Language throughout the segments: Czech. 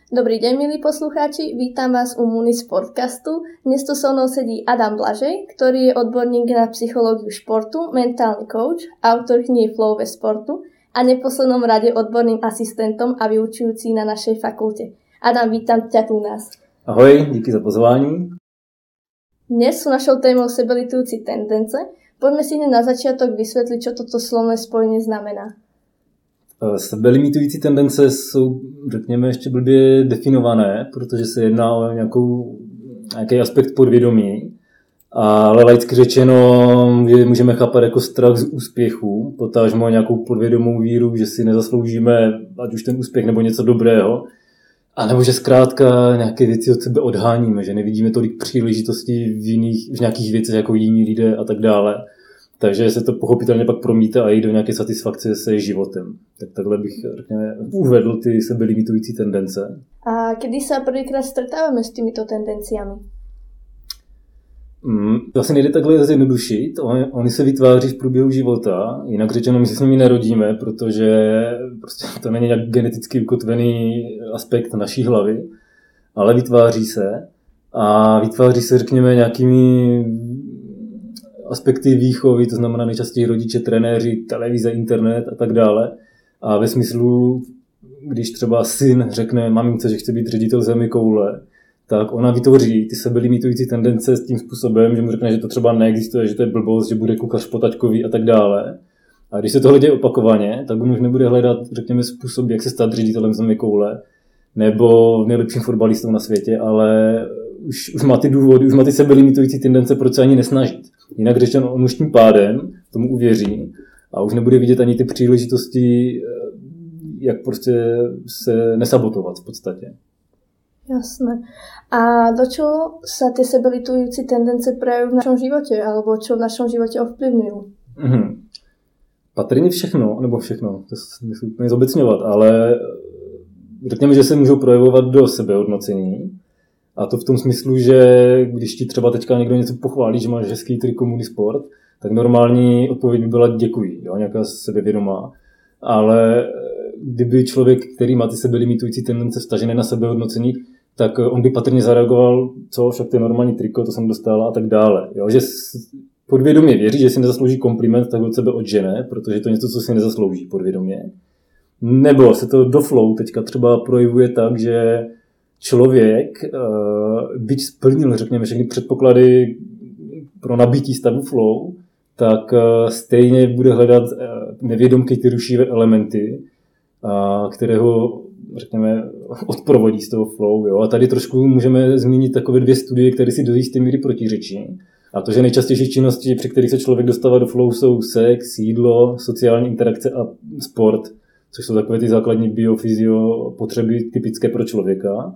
Dobrý deň, milí poslucháči, vítam vás u Munis podcastu. Dnes tu so mnou sedí Adam Blažej, ktorý je odborník na psychológiu športu, mentálny coach, autor knihy Flow ve sportu a v neposlednom rade odborným asistentom a vyučujúci na našej fakulte. Adam, vítam ťa tu u nás. Ahoj, díky za pozvání. Dnes sú našou témou sebelitujúci tendence. Poďme si na začiatok vysvetliť, čo toto slovné spojenie znamená. Sebelimitující tendence jsou, řekněme, ještě blbě definované, protože se jedná o nějaký aspekt podvědomí, ale laicky řečeno můžeme chápat jako strach z úspěchu, potažmo nějakou podvědomou víru, že si nezasloužíme ať už ten úspěch nebo něco dobrého, anebo že zkrátka nějaké věci od sebe odháníme, že nevidíme tolik příležitostí v nějakých věcech jako jiní lidé a tak dále. Takže se to pochopitelně pak promítá a jde do nějaké satisfakce se životem. Tak takhle bych, řekněme, uvedl ty sebelimitující tendence. A kdy se prvýkrát stretávame s týmito tendenciami? To asi nejde takhle zjednodušit. Oni se vytváří v průběhu života. Jinak řečeno, my se s nimi nerodíme, protože prostě to není nějak geneticky ukotvený aspekt naší hlavy, ale vytváří se. A vytváří se, řekněme, nějakými aspekty výchovy, to znamená nejčastěji rodiče, trenéři, televize, internet a tak dále. A ve smyslu, když třeba syn řekne mamince, že chce být ředitel zemikoule, tak ona vytvoří ty sebelimitující tendence s tím způsobem, že mu řekne, že to třeba neexistuje, že to je blbost, že bude kuchař po taťkovi a tak dále. A když se tohle děje opakovaně, tak on už nebude hledat, řekněme, způsob, jak se stát ředitelem zemikoule nebo nejlepším fotbalistou na světě, ale už má ty důvody, už má ty sebelimitující tendence, proč se ani nesnažit. Jinak řečeno, on už tím pádem tomu uvěří a už nebude vidět ani ty příležitosti, jak prostě se nesabotovat v podstatě. Jasné. A do čoho sa tie sebelitujúce tendence prejavujú v našom živote, alebo čo v našom živote ovplyvňujú? Patrně všechno, to nechci úplně zobecňovat, ale řekněme, že se můžou projevovat do sebehodnocení. A to v tom smyslu, že když ti třeba teďka někdo něco pochválí, že máš hezký triko Munisport, tak normální odpověď by byla děkuji, jo, nějaká sebevědomá. Ale kdyby člověk, který má ty sebelimitující tendence vstažené na sebehodnocení, tak on by patrně zareagoval, co, však to je normální triko, to jsem dostala a tak dále. Jo, že podvědomě věří, že si nezaslouží kompliment, tak od sebe odžene, protože je to něco, co si nezaslouží podvědomě. Nebo se to do flow teďka třeba projevuje tak, že člověk, byť splnil, řekněme, všechny předpoklady pro nabití stavu flow, tak stejně bude hledat nevědomky ty rušivé elementy, které ho, řekněme, odprovodí z toho flow. Jo? A tady trošku můžeme zmínit takové 2 studie, které si do jisté míry protiřečí. A to, že nejčastější činnosti, při kterých se člověk dostává do flow, jsou sex, jídlo, sociální interakce a sport, což jsou takové ty základní biofyzio potřeby typické pro člověka.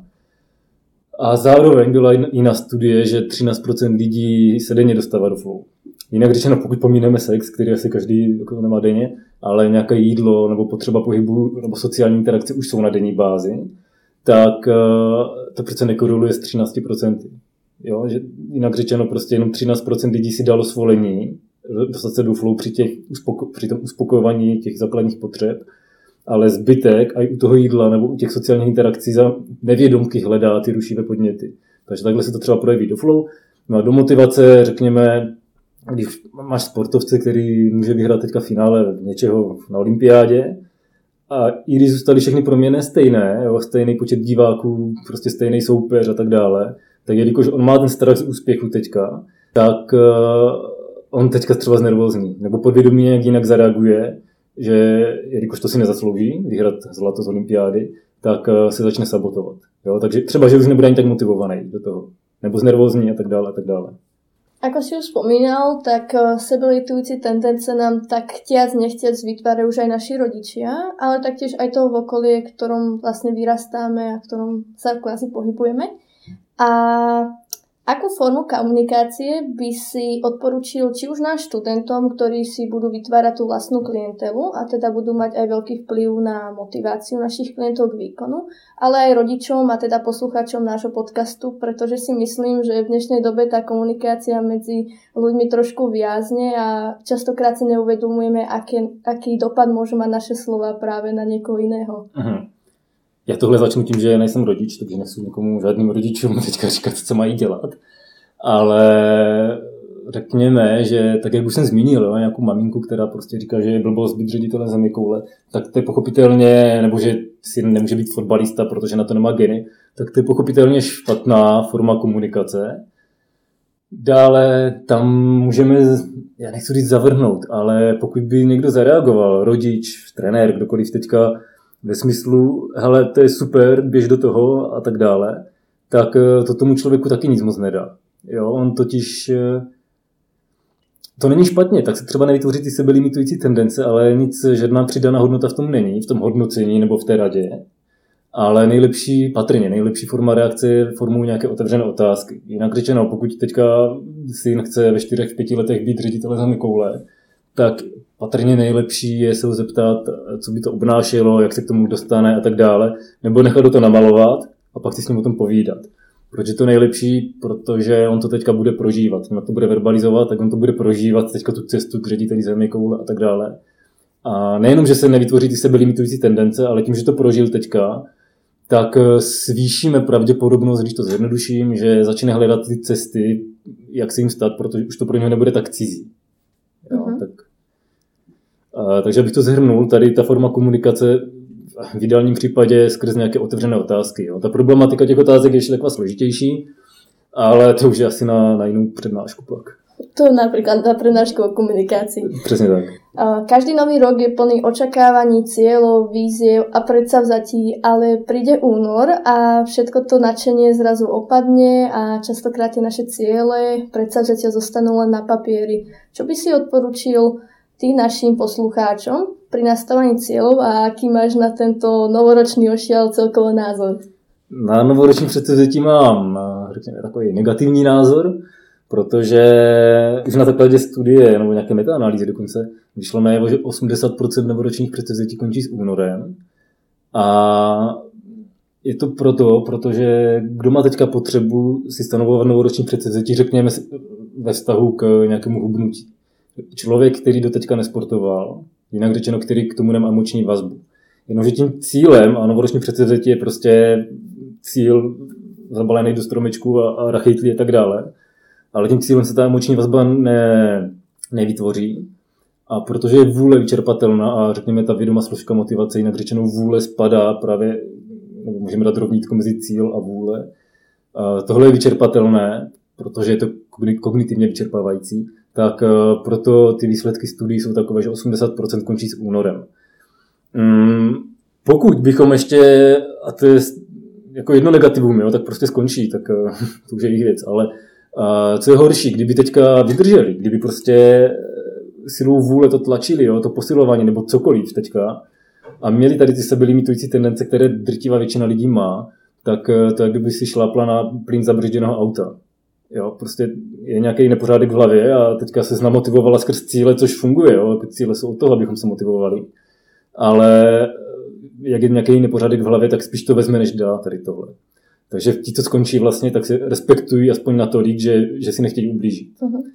A zároveň byla jiná studie, že 13% lidí se denně dostává do flow. Jinak řečeno, pokud pomíneme sex, který asi každý jako nemá denně, ale nějaké jídlo nebo potřeba pohybu nebo sociální interakce už jsou na denní bázi, tak to přece nekoreluje s 13%. Jo? Že jinak řečeno, prostě jenom 13% lidí si dalo svolení dostat se do flow při tom uspokojování těch základních potřeb, ale zbytek, i u toho jídla nebo u těch sociálních interakcí za nevědomky hledá ty rušivé podněty. Takže takhle se to třeba projeví do flow. No a do motivace, řekněme, když máš sportovce, který může vyhrát teďka finále něčeho na olympiádě a i když zůstaly všechny proměnné stejné, jo, stejný počet diváků, prostě stejný soupeř a tak dále, tak jelikož on má ten strach z úspěchu teďka, tak on teďka třeba znervózní, nebo podvědomě nějak jinak zareaguje, že jelikož to si nezaslouží vyhrát zlato z olympiády, tak se začne sabotovat. Jo? Takže třeba, že už nebude ani tak motivovaný do toho. Nebo znervózní a tak dále a tak dále. Ako si už spomínal, tak sebelitujúci tendence nám tak chtiac nechtiac vytvárajú už aj naši rodičia, ale taktiež aj toho v okolí, v ktorom vlastne vyrastáme a v ktorom sa asi pohybujeme. A akú formu komunikácie by si odporučil či už náš študentom, ktorí si budú vytvárať tú vlastnú klientelu a teda budú mať aj veľký vplyv na motiváciu našich klientov k výkonu, ale aj rodičom a teda poslucháčom nášho podcastu, pretože si myslím, že v dnešnej dobe tá komunikácia medzi ľuďmi trošku viazne a častokrát si neuvedomujeme, aký dopad môžu mať naše slova práve na niekoho iného. já tohle začnu tím, že nejsem rodič, takže nechci někomu žádným rodičům teďka říkat, co mají dělat. Ale řekněme, že tak, jak už jsem zmínil, jo, nějakou maminku, která prostě říká, že je blbost být ředitelem zeměkoule, tak to je pochopitelně, nebo že si nemůže být fotbalista, protože na to nemá geny, tak to je pochopitelně špatná forma komunikace. Dále tam můžeme, já nechci říct zavrhnout, ale pokud by někdo zareagoval, rodič, trenér, kdokoliv teďka ve smyslu, hele, to je super, běž do toho a tak dále, tak to tomu člověku taky nic moc nedá. Jo, on totiž, to není špatně, tak se třeba nevytvoří ty sebelimitující tendence, ale nic, žádná přidaná hodnota v tom není, v tom hodnocení nebo v té radě. Ale nejlepší forma reakce je formou nějaké otevřené otázky. Jinak řečeno, pokud teďka syn chce ve 4-5 letech být ředitelem zeměkoule, tak patrně nejlepší je se ho zeptat, co by to obnášelo, jak se k tomu dostane a tak dále, nebo nechat ho to namalovat a pak si s ním o tom povídat. Proč je to nejlepší? Protože on to teďka bude prožívat. On to bude verbalizovat, tak on to bude prožívat teďka tu cestu k řediteli zeměkoule a tak dále. A nejenom, že se nevytvoří ty sebelimitující tendence, ale tím, že to prožil teďka, tak zvýšíme pravděpodobnost, když to zjednoduším, že začne hledat ty cesty, jak se jim stát, protože už to pro něho nebude tak cizí. Jo, takže abych to shrnul, tady ta forma komunikace v ideálním případě skrz nějaké otevřené otázky. Jo. Ta problematika těch otázek je ještě taková složitější, ale to už je asi na jinou přednášku pak. To napríklad na prednášku o komunikácii. Presne tak. Každý nový rok je plný očakávaní, cieľov, víziev a predsavzatí, ale príde únor a všetko to nadšenie zrazu opadne a častokrát tie naše ciele, predsavzatia zostanú len na papieri. Čo by si odporučil ty našim poslucháčom pri nastavení cieľov a aký máš na tento novoročný ošial celkovo názor? Na novoroční předsevzetí mám takový negativní názor, protože už na základě studie nebo nějaké metaanalýzy dokonce vyšlo najevo, že 80% novoročních předsevzetí končí s únorem. A je to protože kdo má teďka potřebu si stanovovat novoroční předsevzetí, řekněme ve vztahu k nějakému hubnutí. Člověk, který doteďka nesportoval, jinak řečeno, který k tomu nemá emoční vazbu. Jenomže tím cílem a novoroční předsevzetí je prostě cíl zabalený do stromečku a rachejtlí a tak dále. Ale tím cílem se ta emoční vazba nevytvoří. A protože je vůle vyčerpatelná a řekněme ta vědomá složka motivace, jinak řečeno vůle spadá právě, nebo můžeme dát rovnítko mezi cíl a vůle. A tohle je vyčerpatelné, protože je to kognitivně vyčerpávající, tak proto ty výsledky studií jsou takové, že 80% končí s únorem. Pokud bychom ještě, a to je jako jedno negativum, jo, tak prostě skončí, tak to už je jejich věc, ale co je horší, kdyby teďka vydrželi, kdyby prostě silou vůle to tlačili, jo, to posilování nebo cokoliv teďka a měli tady ty sebelimitující tendence, které drtivá většina lidí má, tak to je, kdyby si šlápla na plyn zabržděného auta. Jo, prostě je nějaký nepořádek v hlavě a teďka se namotivovala skrz cíle, což funguje. Jo. Cíle jsou od toho, abychom se motivovali. Ale jak je nějaký nepořádek v hlavě, tak spíš to vezme, než dá tady tohle. Takže ti, co skončí vlastně, tak se respektují aspoň natolik, že si nechtějí ublížit. Uh-huh.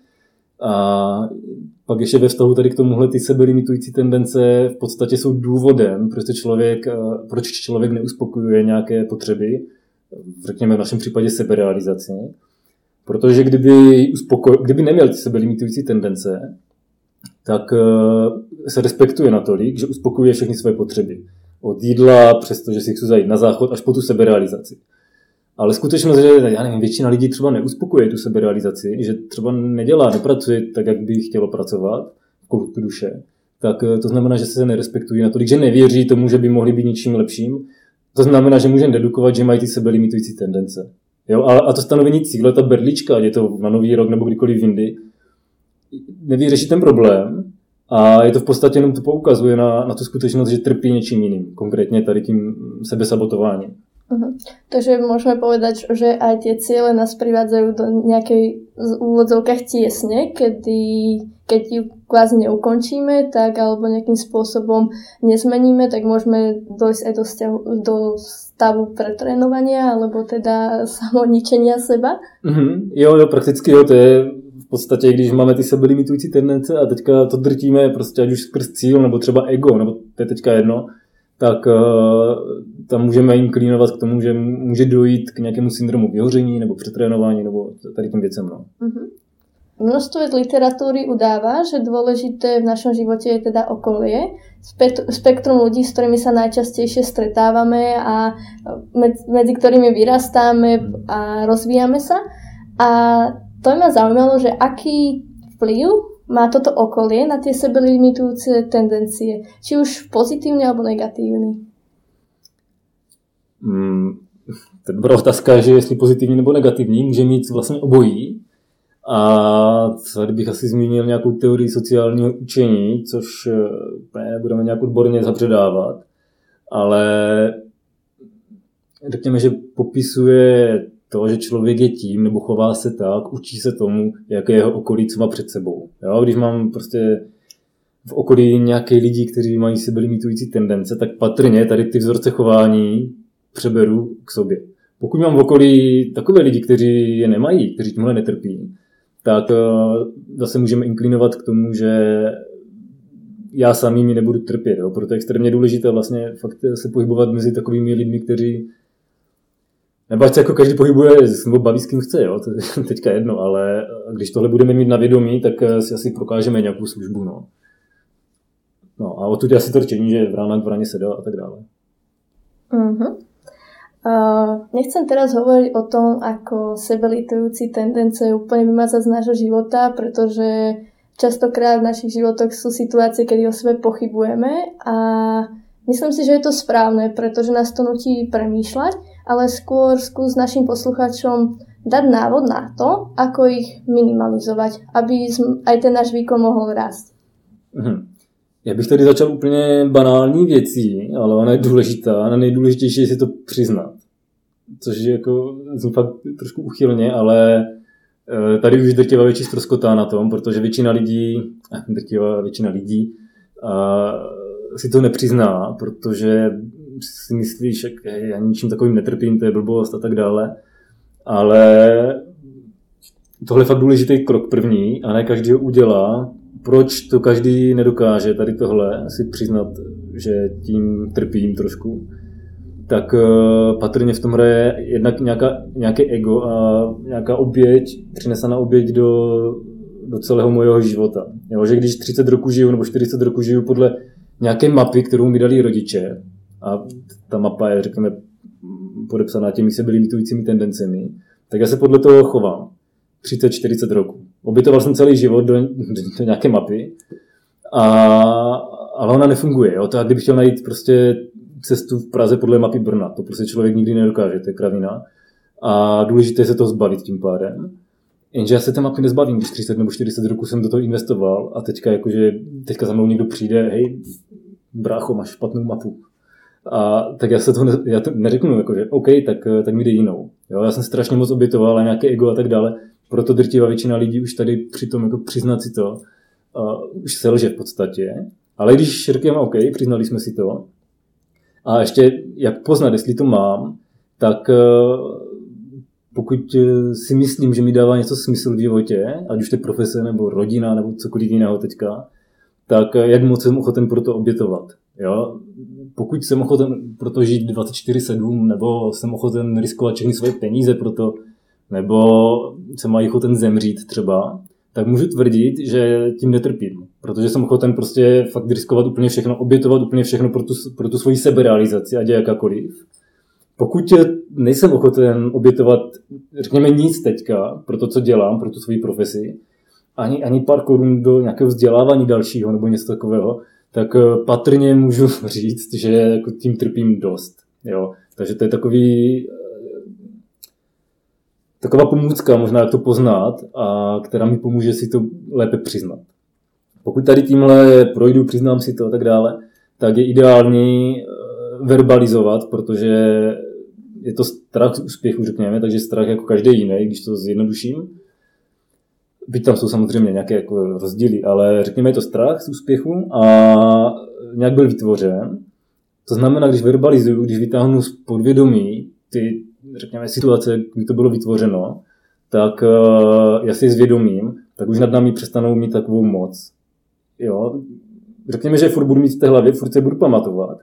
A pak ještě ve vztahu tady k tomuhle ty sebelimitující tendence v podstatě jsou důvodem, proč člověk neuspokojuje nějaké potřeby, řekněme v našem případě seberealizaci. Protože kdyby neměl ty sebelimitující tendence, tak se respektuje natolik, že uspokojuje všechny své potřeby. Od jídla, přestože si chci zajít na záchod, až po tu seberealizaci. Ale skutečnost, že já nevím, většina lidí třeba neuspokojuje tu seberealizaci, že třeba nepracuje tak, jak by chtělo pracovat v koutku duše, tak to znamená, že se nerespektují natolik, že nevěří tomu, že by mohli být něčím lepším. To znamená, že můžeme dedukovat, že mají ty sebelimitující tendence. Jo, a to stanovení cíle, ta berlička, ať je to na Nový rok nebo kdykoliv jindy, neví řešit ten problém a je to v podstatě jenom to poukazuje na tu skutečnost, že trpí něčím jiným, konkrétně tady tím sebesabotováním. Uh-huh. Takže môžeme povedať, že aj tie ciele nás privádzajú do nejakej v úvodzovkách tiesne, keď ju kvázi neukončíme, tak alebo nejakým spôsobom nezmeníme, tak môžeme dojsť aj do stavu pretrénovania, alebo teda samoničenia seba. Uh-huh. Jo, prakticky jo, to je v podstatě, když máme ty sebelimitující tendence a teďka to drtíme prostě ať už skrz cíl, nebo třeba ego, nebo to je teďka jedno, tak tam můžeme inklínovat k tomu, že může dojít k nějakému syndromu vyhoření nebo přetrénování nebo tady těm věcem. No. Množstvo z literatúry udáva, že dôležité v našom živote je teda okolie, spektrum ľudí, s ktorými sa najčastejšie stretávame a medzi ktorými vyrastáme a rozvíjame sa. A to ma zaujímalo, že aký vplyv má toto okolie na tie sebelimitujúce tendencie, či už pozitívny alebo negatívny. Dobrá otázka, že jestli pozitivní nebo negativní, může mít vlastně obojí. A tady bych asi zmínil nějakou teorii sociálního učení, což nebudeme nějak odborně zapředávat, ale řekněme, že popisuje to, že člověk je tím, nebo chová se tak, učí se tomu, jak je jeho okolí, co má před sebou. Jo? Když mám prostě v okolí nějaké lidi, kteří mají sebelimitující tendence, tak patrně tady ty vzorce chování přeberu k sobě. Pokud mám v okolí takové lidi, kteří je nemají, kteří tímhle netrpí, tak zase můžeme inklinovat k tomu, že já sám jimi nebudu trpět. Jo? Proto je extrémně důležité vlastně fakt se pohybovat mezi takovými lidmi, kteří nebo ať se jako každý pohybuje, nebo baví s kým chce, jo? To je teďka jedno, ale když tohle budeme mít na vědomí, tak si asi prokážeme nějakou službu. No a odtud asi to rčení, že vrana k vraně se dá a tak dále. Nechcem teraz hovoriť o tom, ako sebelitujúci tendence úplne vymazať z nášho života, pretože častokrát v našich životoch sú situácie, kedy o sebe pochybujeme a myslím si, že je to správne, pretože nás to nutí premýšľať, ale skôr skús našim poslucháčom dať návod na to, ako ich minimalizovať, aby aj ten náš výkon mohol rásť. Já bych tady začal úplně banální věcí, ale ona je důležitá a nejdůležitější je si to přiznat. Což je jako fakt trošku uchylně, ale tady už drtivá větší ztroskotá na tom, protože většina lidí si to nepřizná, protože si myslíš, že já ničím takovým netrpím, to je blbost a tak dále. Ale tohle je fakt důležitý krok první a ne každý ho udělá. Proč to každý nedokáže tady tohle si přiznat, že tím trpím trošku, tak patrně v tom hraje jednak nějaké ego a nějaká oběť, přinesená oběť do celého mojeho života. Jo, že když 30 roků žiju nebo 40 roků žiju podle nějaké mapy, kterou mi dali rodiče, a ta mapa je, řekněme, podepsaná těmi sebelimitujícími tendencemi, tak já se podle toho chovám. 30-40 roků. Obětoval jsem celý život do nějaké mapy, ale ona nefunguje. Jo? To kdybych chtěl najít prostě cestu v Praze podle mapy Brna, to prostě člověk nikdy nedokáže, to je kravina. A důležité je se toho zbavit tím pádem. Jenže já se té mapy nezbavím, když 30 nebo 40 roků jsem do toho investoval a teďka za mnou někdo přijde, hej, brácho, máš špatnou mapu. A tak já to neřeknu, jakože OK, tak mi jde jinou. Jo? Já jsem strašně moc obětoval a nějaké ego a tak dále. Proto drtivá většina lidí už tady při tom jako přiznat si to, už selže v podstatě. Ale když řekneme OK, přiznali jsme si to, a ještě jak poznat, jestli to mám, tak pokud si myslím, že mi dává něco smysl v životě, ať už to je profese nebo rodina nebo cokoliv jiného teďka, tak jak moc jsem ochoten pro to obětovat. Jo? Pokud jsem ochoten pro to žít 24/7, nebo jsem ochoten riskovat všechny svoje peníze pro to, nebo jsem mají ochoten zemřít třeba, tak můžu tvrdit, že tím netrpím. Protože jsem ochoten prostě fakt riskovat úplně všechno, obětovat úplně všechno pro tu svoji seberealizaci, ať je jakákoliv. Pokud nejsem ochoten obětovat, řekněme, nic teďka pro to, co dělám, pro tu svoji profesi, ani pár korun do nějakého vzdělávání dalšího nebo něco takového, tak patrně můžu říct, že jako tím trpím dost. Jo? Takže to je taková pomůcka, možná jak to poznat, a která mi pomůže si to lépe přiznat. Pokud tady tímhle projdu, přiznám si to a tak dále, tak je ideální verbalizovat, protože je to strach z úspěchu, řekněme, takže strach jako každý jiný, když to zjednoduším. Byť tam jsou samozřejmě nějaké jako rozdíly, ale řekněme, je to strach z úspěchu a nějak byl vytvořen. To znamená, když verbalizuju, když vytáhnu z podvědomí ty, řekněme, situace, kdy to bylo vytvořeno, tak já si zvědomím, tak už nad námi přestanou mít takovou moc. Jo? Řekněme, že furt budu mít v té hlavě, furt se budu pamatovat,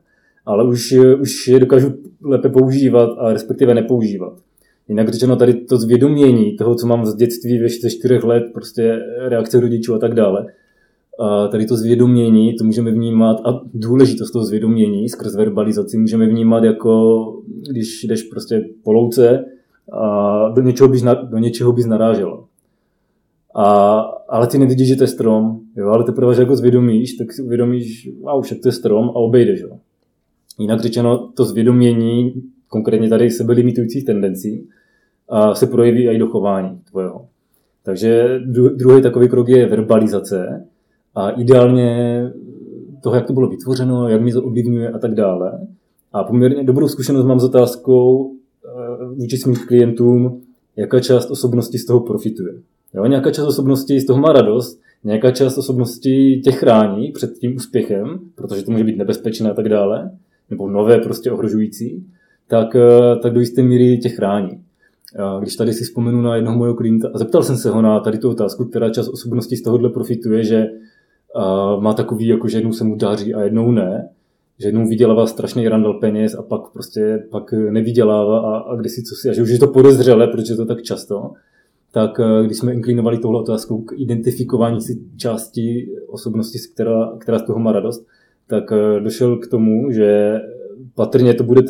ale už je dokážu lépe používat a respektive nepoužívat. Jinak řečeno tady to zvědomění toho, co mám z dětství ve 4 let, prostě reakce rodičů a tak dále, a tady to zvědomění, to můžeme vnímat, a důležitost toho zvědomění skrz verbalizaci můžeme vnímat jako, když jdeš prostě po louce a do něčeho bys narážela. Ale ty nevidíš, že to je strom, jo, ale teprve, že jako zvědomíš, tak si uvědomíš, wow, však to je strom a obejdeš. Jo. Jinak řečeno, to zvědomění, konkrétně tady sebelimitujících tendencí, se projeví i do chování tvojeho. Takže druhý takový krok je verbalizace a ideálně toho, jak to bylo vytvořeno, jak mi to ovlivňuje a tak dále. A poměrně dobrou zkušenost mám s otázkou vůči svým klientům, jaká část osobnosti z toho profituje. Jo, nějaká část osobnosti z toho má radost, nějaká část osobnosti tě chrání před tím úspěchem, protože to může být nebezpečné a tak dále, nebo nové, prostě ohrožující, tak do jisté míry tě chrání. Když tady si vzpomenu na jednoho mojho klienta a zeptal jsem se ho na tady tu otázku, která část osobnosti z tohohle profituje, že má takový, jako že jednou se mu daří a jednou ne, že jednou vydělává strašný randal peněz a pak nevydělává a kdysi cosi, a že už je to podezřelé, protože je to tak často, tak když jsme inklinovali touhle otázkou k identifikování si části osobnosti, která z toho má radost, tak došel k tomu, že patrně to bude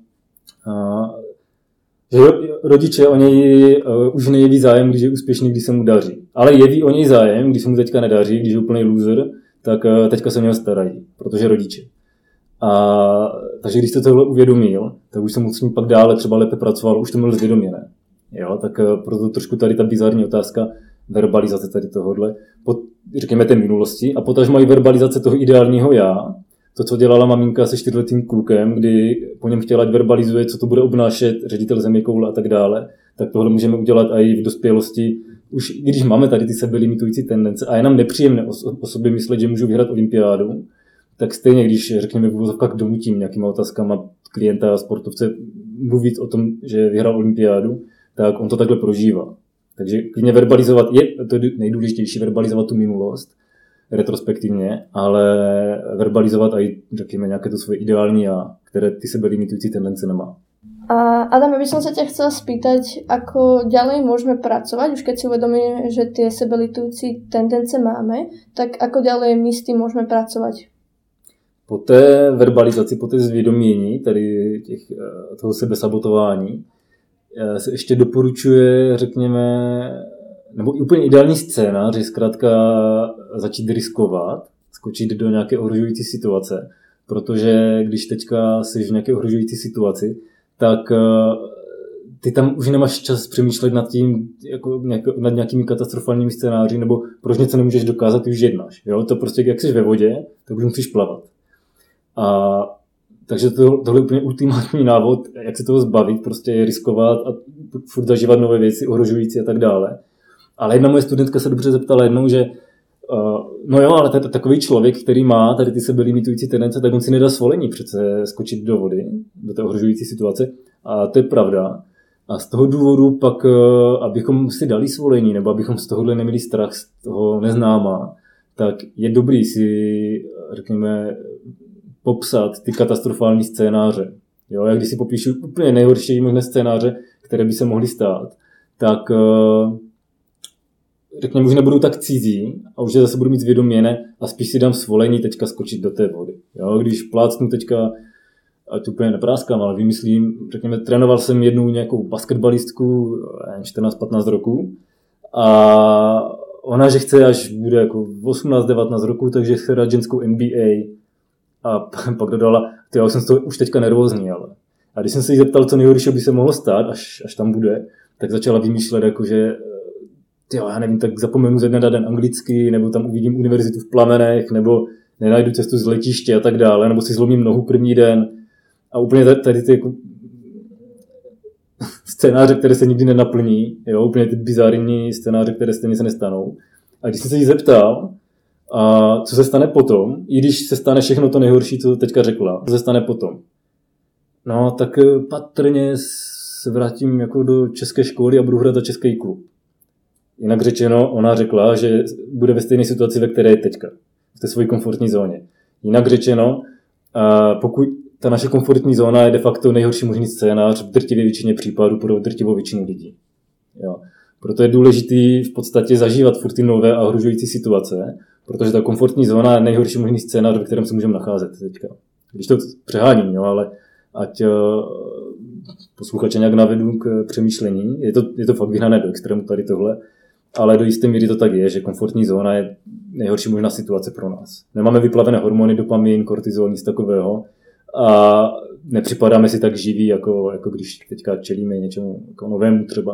že rodiče o něj už nejeví zájem, když je úspěšný, když se mu daří. Ale jeví o něj zájem, když se mu teďka nedaří, když je úplný loser, tak teďka se o něho starají, protože rodiče. Takže když jste tohle uvědomil, tak už se mu s ním pak dále třeba lépe pracoval, už to měl zvědoměné. Jo, tak proto trošku tady ta bizarní otázka verbalizace tady tohohle, řekněme té minulosti, a potažmo i verbalizace toho ideálního já, to, co dělala maminka se 4letým klukem, kdy po něm chtěla, ať verbalizuje, co to bude obnášet, ředitel zeměkoule a tak dále, tak tohle můžeme udělat i v dospělosti, už i když máme tady ty sebelimitující tendence a je nám nepříjemné o sobě myslet, že můžu vyhrát olympiádu, tak stejně, když řekněme v uvozovkách donutím nějakýma otázkama klienta, sportovce mluvit o tom, že vyhrál olympiádu, tak on to takhle prožívá. Takže klidně verbalizovat je to nejdůležitější, verbalizovat tu minulost retrospektivně, ale verbalizovat i, řekněme, nějaké to svoje ideální já, které ty sebelimitující tendence nemá. A Adam, by som sa ťa chcela spýtať, ako ďalej môžeme pracovať, už keď si uvedomíme, že tie sebelimitující tendence máme, tak ako ďalej my s tým môžeme pracovať? Po té verbalizaci, po té zvědomění tady toho sebesabotování se ještě doporučuje, řekněme, nebo úplně ideální scénář je zkrátka začít riskovat, skočit do nějaké ohrožující situace, protože když teďka jsi v nějaké ohrožující situaci, tak ty tam už nemáš čas přemýšlet nad tím, nad nějakými katastrofálními scénáři, nebo proč něco nemůžeš dokázat, ty už jednáš. Jo? To prostě, jak jsi ve vodě, tak už musíš plavat. Takže tohle je úplně ultimátní návod, jak se toho zbavit, prostě je riskovat a furt zažívat nové věci, ohrožující a tak dále. Ale jedna moje studentka se dobře zeptala jednou, že no jo, ale takový člověk, který má tady ty sebelimitující tendence, tak on si nedá svolení přece skočit do vody, do té ohrožující situace. A to je pravda. A z toho důvodu pak, abychom si dali svolení, nebo abychom z tohohle neměli strach z toho neznáma, tak je dobrý si, řekněme, popsat ty katastrofální scénáře. Jo, jak když si popíšu úplně nejhorší možné scénáře, které by se mohly stát, tak řekněme, už nebudou tak cizí a už je zase budu mít zvědoměné a spíš si dám svolení teďka skočit do té vody. Jo, když plácnu teďka, ať úplně nepráskám, ale vymyslím, řekněme, trénoval jsem jednu nějakou basketbalistku 14-15 roků a ona, že chce, až bude jako 18-19 roku, takže chce hrát ženskou NBA. A pak dodala, já jsem z toho už teďka nervózní, ale. A když jsem se jí zeptal, co nejhoršího by se mohlo stát, až tam bude, tak začala vymýšlet, jakože, já nevím, tak zapomenu ze dne na den anglicky, nebo tam uvidím univerzitu v plamenech, nebo nenajdu cestu z letiště a tak dále, nebo si zlomím nohu první den. A úplně tady ty jako scénáře, které se nikdy nenaplní, jo, úplně ty bizarní scénáře, které stejně se nestanou. A když jsem se jí zeptal, a co se stane potom, i když se stane všechno to nejhorší, co teďka řekla, co se stane potom? No, tak patrně se vrátím jako do české školy a budu hrát za český klub. Jinak řečeno, ona řekla, že bude ve stejné situaci, ve které je teďka. V té své komfortní zóně. Jinak řečeno, pokud ta naše komfortní zóna je de facto nejhorší možný scénář v drtivé většině případů pro drtivou většinu lidí. Jo. Proto je důležité v podstatě zažívat furt ty nové a ohrožující situace, protože ta komfortní zóna je nejhorší možný scénář, ve kterém se můžeme nacházet teďka. Když to přeháním, jo, ale ať posluchače nějak navedu k přemýšlení. Je to fakt vyhnané do extrému tady tohle, ale do jisté míry to tak je, že komfortní zóna je nejhorší možná situace pro nás. Nemáme vyplavené hormony, dopamin, kortizol, nic takového a nepřipadáme si tak živí, jako když teďka čelíme něčemu jako novému třeba.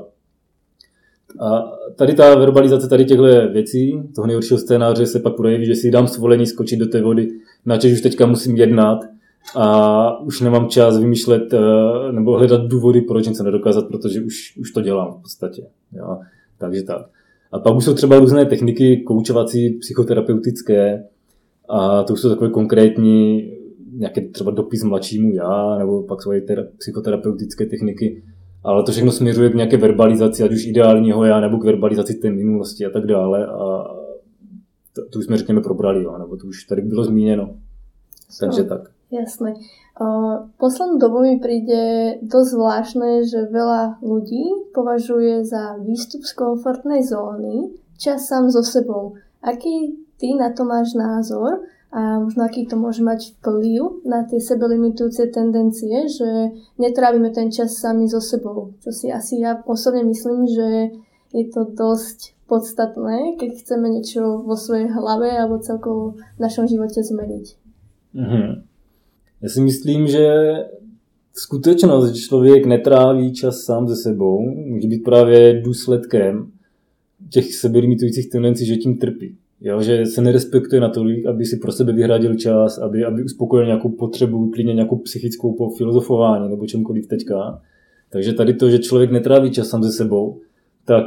A tady ta verbalizace tady těchto věcí, toho nejhoršího scénáře se pak projeví, že si dám svolení skočit do té vody, načež už teďka musím jednat a už nemám čas vymýšlet nebo hledat důvody, proč něco nedokázat, protože už to dělám v podstatě. Jo? Takže tak. A pak už jsou třeba různé techniky koučovací, psychoterapeutické a to už jsou takové konkrétní, nějaké třeba dopis mladšímu já, nebo pak jsou psychoterapeutické techniky, ale to všechno směřuje k nějaké verbalizaci, ať už ideálního já, nebo k verbalizaci té minulosti a tak dále. A to už jsme řekněme probrali, jo, nebo to už tady bylo zmíněno. Takže tak. Jasné. Poslednú dobu mi príde dosť zvláštne, že veľa ľudí považuje za výstup z komfortnej zóny čas sám so sebou. Aký ty na to máš názor a možno aký to môže mať vplyv na tie sebelimitujúce tendencie, že netrávime ten čas sami so sebou? Čo si asi ja osobne myslím, že je to dosť podstatné, keď chceme niečo vo svojej hlave alebo celkovo v našom živote zmeniť. Mhm. Já si myslím, že skutečnost, že člověk netráví čas sám se sebou, může být právě důsledkem těch sebelimitujících tendencí, že tím trpí. Jo? Že se nerespektuje natolik, aby si pro sebe vyhradil čas, aby uspokojil nějakou potřebu, klidně nějakou psychickou po filozofování nebo čemkoliv teďka. Takže tady to, že člověk netráví čas sám se sebou, tak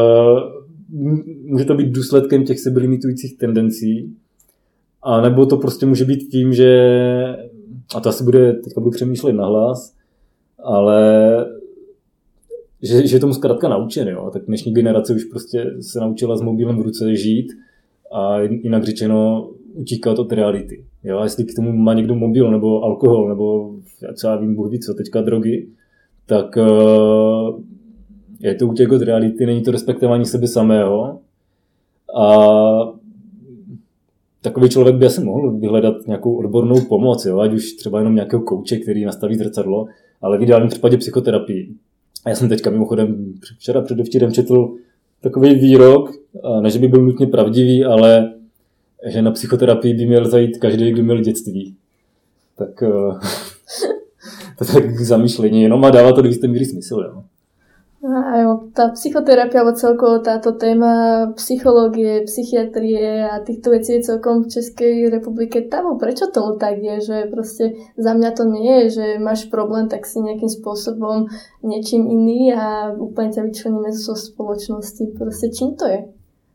může to být důsledkem těch sebelimitujících tendencí. A nebo to prostě může být tím, že, a to asi teďka budu přemýšlet nahlas, ale že tomu zkrátka naučen, jo. Tak dnešní generace už prostě se naučila s mobilem v ruce žít a jinak řečeno utíkat od reality. Jo. A jestli k tomu má někdo mobil nebo alkohol nebo já vím, Bůh ví co, teďka drogy, tak je to útěk od reality, není to respektování sebe samého a takový člověk by asi mohl vyhledat nějakou odbornou pomoc, jo? Ať už třeba jenom nějakého kouče, který nastaví zrcadlo, ale v ideálním případě psychoterapii. A já jsem teďka mimochodem včera předevčírem četl takový výrok, ne že by byl nutně pravdivý, ale že na psychoterapii by měl zajít každý, kdo měl dětství. Tak to je tak k zamýšlení, jenom a dává to do jisté míry smysl. Jo? Áno, tá psychoterapia alebo celkovo táto téma psychológie, psychiatrie a týchto vecí je celkom v Českej republike tabu. Prečo tomu tak je? Že proste za mňa to nie je, že máš problém, tak si nejakým spôsobom niečím iný a úplne ťa vyčleníme zo spoločnosti. Proste čím to je?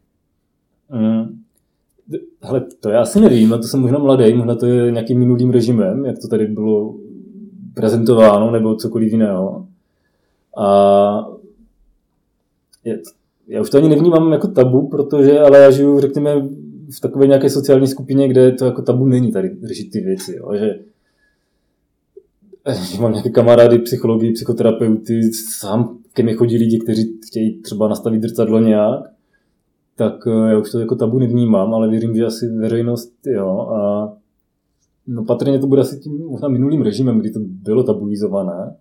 Hele, to já asi nevím, a to jsem možná mladý, možná to je nějakým minulým režimem, jak to tady bylo prezentováno, nebo cokoliv jiného. A já už to ani nevnímám jako tabu, ale já žiju, řekněme, v takové nějaké sociální skupině, kde to jako tabu není tady řešit ty věci. Jo. Že mám nějaké kamarády, psychologi, psychoterapeuty, sám ke mně chodí lidi, kteří chtějí třeba nastavit zrcadlo nějak, tak já už to jako tabu nevnímám, ale věřím, že asi veřejnost, jo. A no patrně to bude asi tím možná minulým režimem, kdy to bylo tabuizované.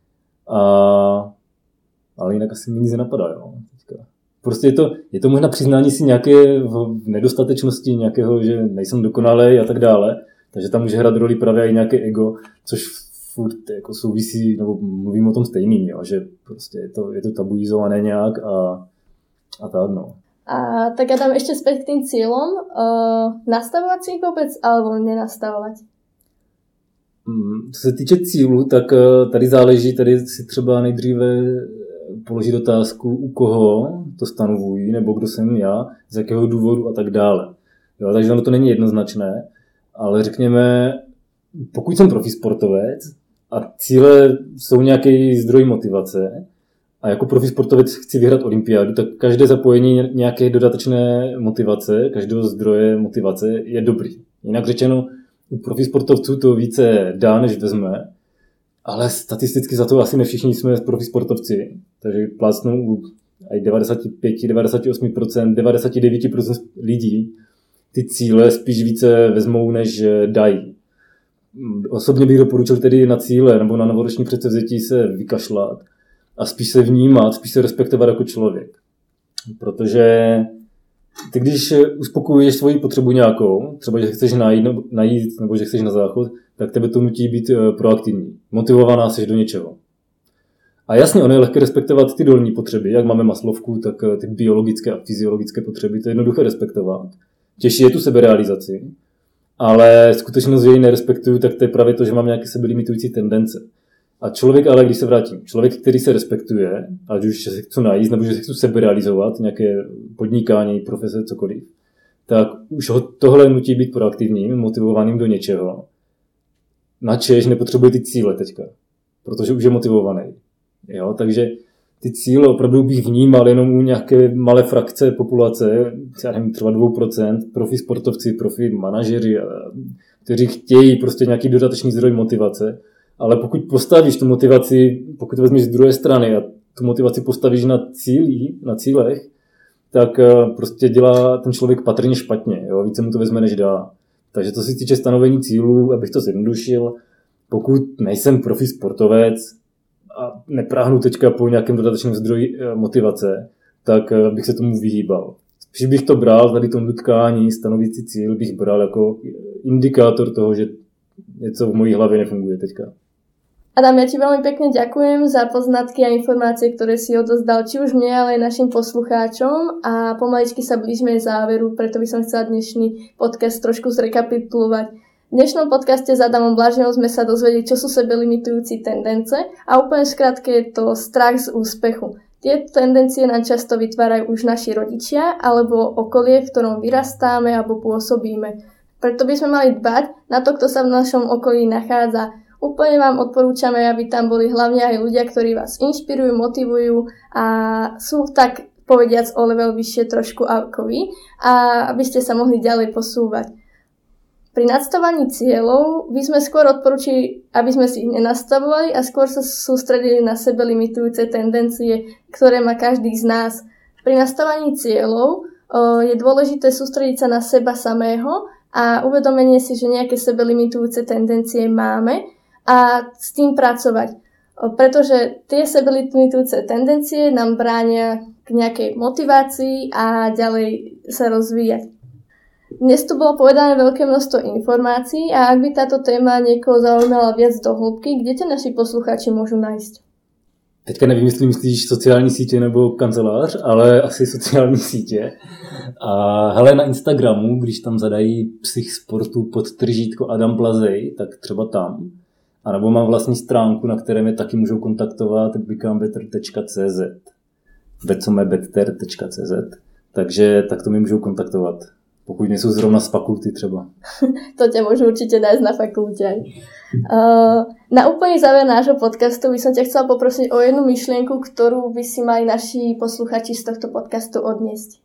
Ale jinak asi mi nic nenapadá. Jo. Prostě je to možná přiznání si nějaké nedostatečnosti, nějakého, že nejsem dokonalý a tak dále. Takže tam může hrát roli právě i nějaké ego, což furt jako souvisí, nebo mluvím o tom stejným, jo, že prostě je to tabuizované nějak a tak no. A tak ja dám ešte späť k tým cieľom. Nastavovať si ich vôbec alebo nenastavovať? Co se týče cílu, tak tady záleží, tady si třeba nejdříve položit otázku, u koho to stanovují, nebo kdo jsem já, z jakého důvodu a tak dále. Jo, takže ono to není jednoznačné, ale řekněme, pokud jsem profi sportovec a cíle jsou nějaký zdroj motivace a jako profi sportovec chci vyhrát olympiádu, tak každé zapojení nějaké dodatečné motivace, každého zdroje motivace je dobrý. Jinak řečeno, U profisportovců to více dá, než vezme, ale statisticky za to asi ne všichni jsme profisportovci, takže plácnou u 95, 98%, 99% lidí ty cíle spíš více vezmou, než dají. Osobně bych doporučil tedy na cíle nebo na novoroční předsevzetí se vykašlat a spíš se vnímat, spíš se respektovat jako člověk. Protože ty, když uspokojuješ svoji potřebu nějakou, třeba že chceš najít nebo že chceš na záchod, tak tebe to nutí být proaktivní. Motivovaná seš do něčeho. A jasně, ono je lehké respektovat ty dolní potřeby, jak máme Maslowku, tak ty biologické a fyziologické potřeby, to je jednoduché respektovat. Těžší je tu seberealizaci, ale skutečnost, že ji nerespektuju, tak to je právě to, že mám nějaké sebelimitující tendence. A člověk, ale když se vrátím, člověk, který se respektuje, ať už se chci najít, nebo že se chci seberealizovat, nějaké podnikání, profese, cokoliv, tak už ho tohle nutí být proaktivním, motivovaným do něčeho. Načež nepotřebuje ty cíle teďka, protože už je motivovaný. Jo? Takže ty cíle opravdu bych vnímal jenom u nějaké malé frakce populace, já nevím, třeba 2%, profi sportovci, profi manažeři, kteří chtějí prostě nějaký dodatečný zdroj motivace. Ale pokud postavíš tu motivaci, pokud vezmeš z druhé strany a tu motivaci postavíš na cílech, tak prostě dělá ten člověk patrně špatně. Jo? Více mu to vezme, než dá. Takže to se týče stanovení cílů, abych to zjednodušil, pokud nejsem profi sportovec a nepráhnu teďka po nějakém dodatečném zdroji motivace, tak bych se tomu vyhýbal. Spíš bych to bral, tady to nutkání, stanovící cíl bych bral jako indikátor toho, že něco v mojí hlavě nefunguje teďka. Adam, ja ti veľmi pekne ďakujem za poznatky a informácie, ktoré si odozdal či už mne, ale aj našim poslucháčom a pomaličky sa blížime záveru, preto by som chcela dnešný podcast trošku zrekapitulovať. V dnešnom podcaste s Adamom Blažejom sme sa dozvedeli, čo sú sebelimitujúci tendence a úplne v skratke je to strach z úspechu. Tieto tendencie nám často vytvárajú už naši rodičia alebo okolie, v ktorom vyrastáme alebo pôsobíme. Preto by sme mali dbať na to, kto sa v našom okolí nachádza. Úplne vám odporúčame, aby tam boli hlavne aj ľudia, ktorí vás inšpirujú, motivujú a sú tak povediac o level vyššie trošku ako vy a aby ste sa mohli ďalej posúvať. Pri nastavovaní cieľov by sme skôr odporúčili, aby sme si ich nenastavovali a skôr sa sústredili na sebe limitujúce tendencie, ktoré má každý z nás. Pri nastavovaní cieľov je dôležité sústrediť sa na seba samého a uvedomenie si, že nejaké sebelimitujúce tendencie máme a s tým pracovať. Pretože tie sebelimitujúce tendencie nám bránia k nejakej motivácii a ďalej sa rozvíjať. Dnes tu bolo povedané veľké množstvo informácií a ak by táto téma niekoho zaujímala viac do hĺbky, kde ťa naši poslucháči môžu nájsť? Teďka nevím, jestli myslíš sociální sítě nebo kancelář, ale asi sociální sítě. A hele, na Instagramu, když tam zadají psych sportu podtržítko Adam Blazej, tak třeba tam. A nebo mám vlastní stránku, na které mě taky můžou kontaktovat becomebetter.cz becomebetter.cz Takže tak to mi můžou kontaktovat. Pokud nejsou zrovna z fakulty třeba. To ťa môžu určite nájsť na fakulte. Na úplný záver nášho podcastu by som ťa chcela poprosiť o jednu myšlienku, ktorú by si mali naši posluchači z tohto podcastu odniesť.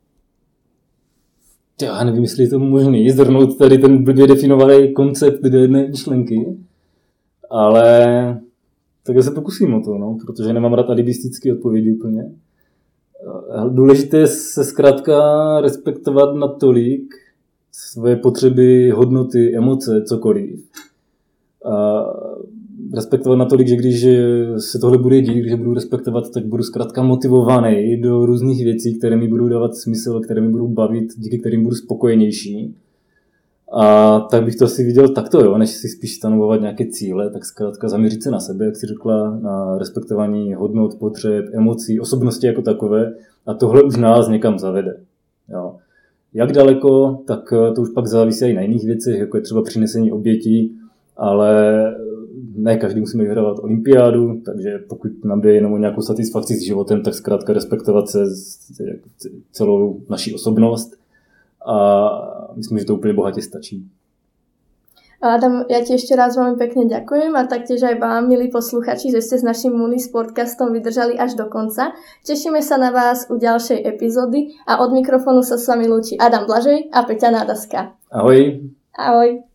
Já nevím, jestli je to možný zhrnout tady ten blbě definovaný koncept do jedné myšlenky, ale tak já se pokusím o to, no, protože nemám rád alibistické odpovědi úplně. Důležité je se zkrátka respektovat natolik svoje potřeby, hodnoty, emoce, cokoliv. A respektovat natolik, že když se tohle bude dít, když budu respektovat, tak budu zkrátka motivovaný do různých věcí, které mi budou dávat smysl, které mi budou bavit, díky kterým budu spokojenější. A tak bych to asi viděl takto, jo, než si spíš stanovovat nějaké cíle, tak zkrátka zaměřit se na sebe, jak si řekla, na respektování hodnot, potřeb, emocí, osobnosti jako takové a tohle už nás někam zavede. Jo. Jak daleko, tak to už pak závisí i na jiných věcech, jako je třeba přinesení obětí, ale ne každý musíme vyhrávat olympiádu, takže pokud nám jde jenom o nějakou satisfakci s životem, tak zkrátka respektovat se celou naši osobnost a myslím, že to úplne bohatě stačí. Adam, ja ti ešte raz veľmi pekne ďakujem a taktiež aj vám, milí posluchači, že ste s našim Munis podcastom vydržali až do konca. Tešíme sa na vás u ďalšej epizódy a od mikrofónu sa s vami lúči Adam Blažej a Peťa Nádaska. Ahoj. Ahoj.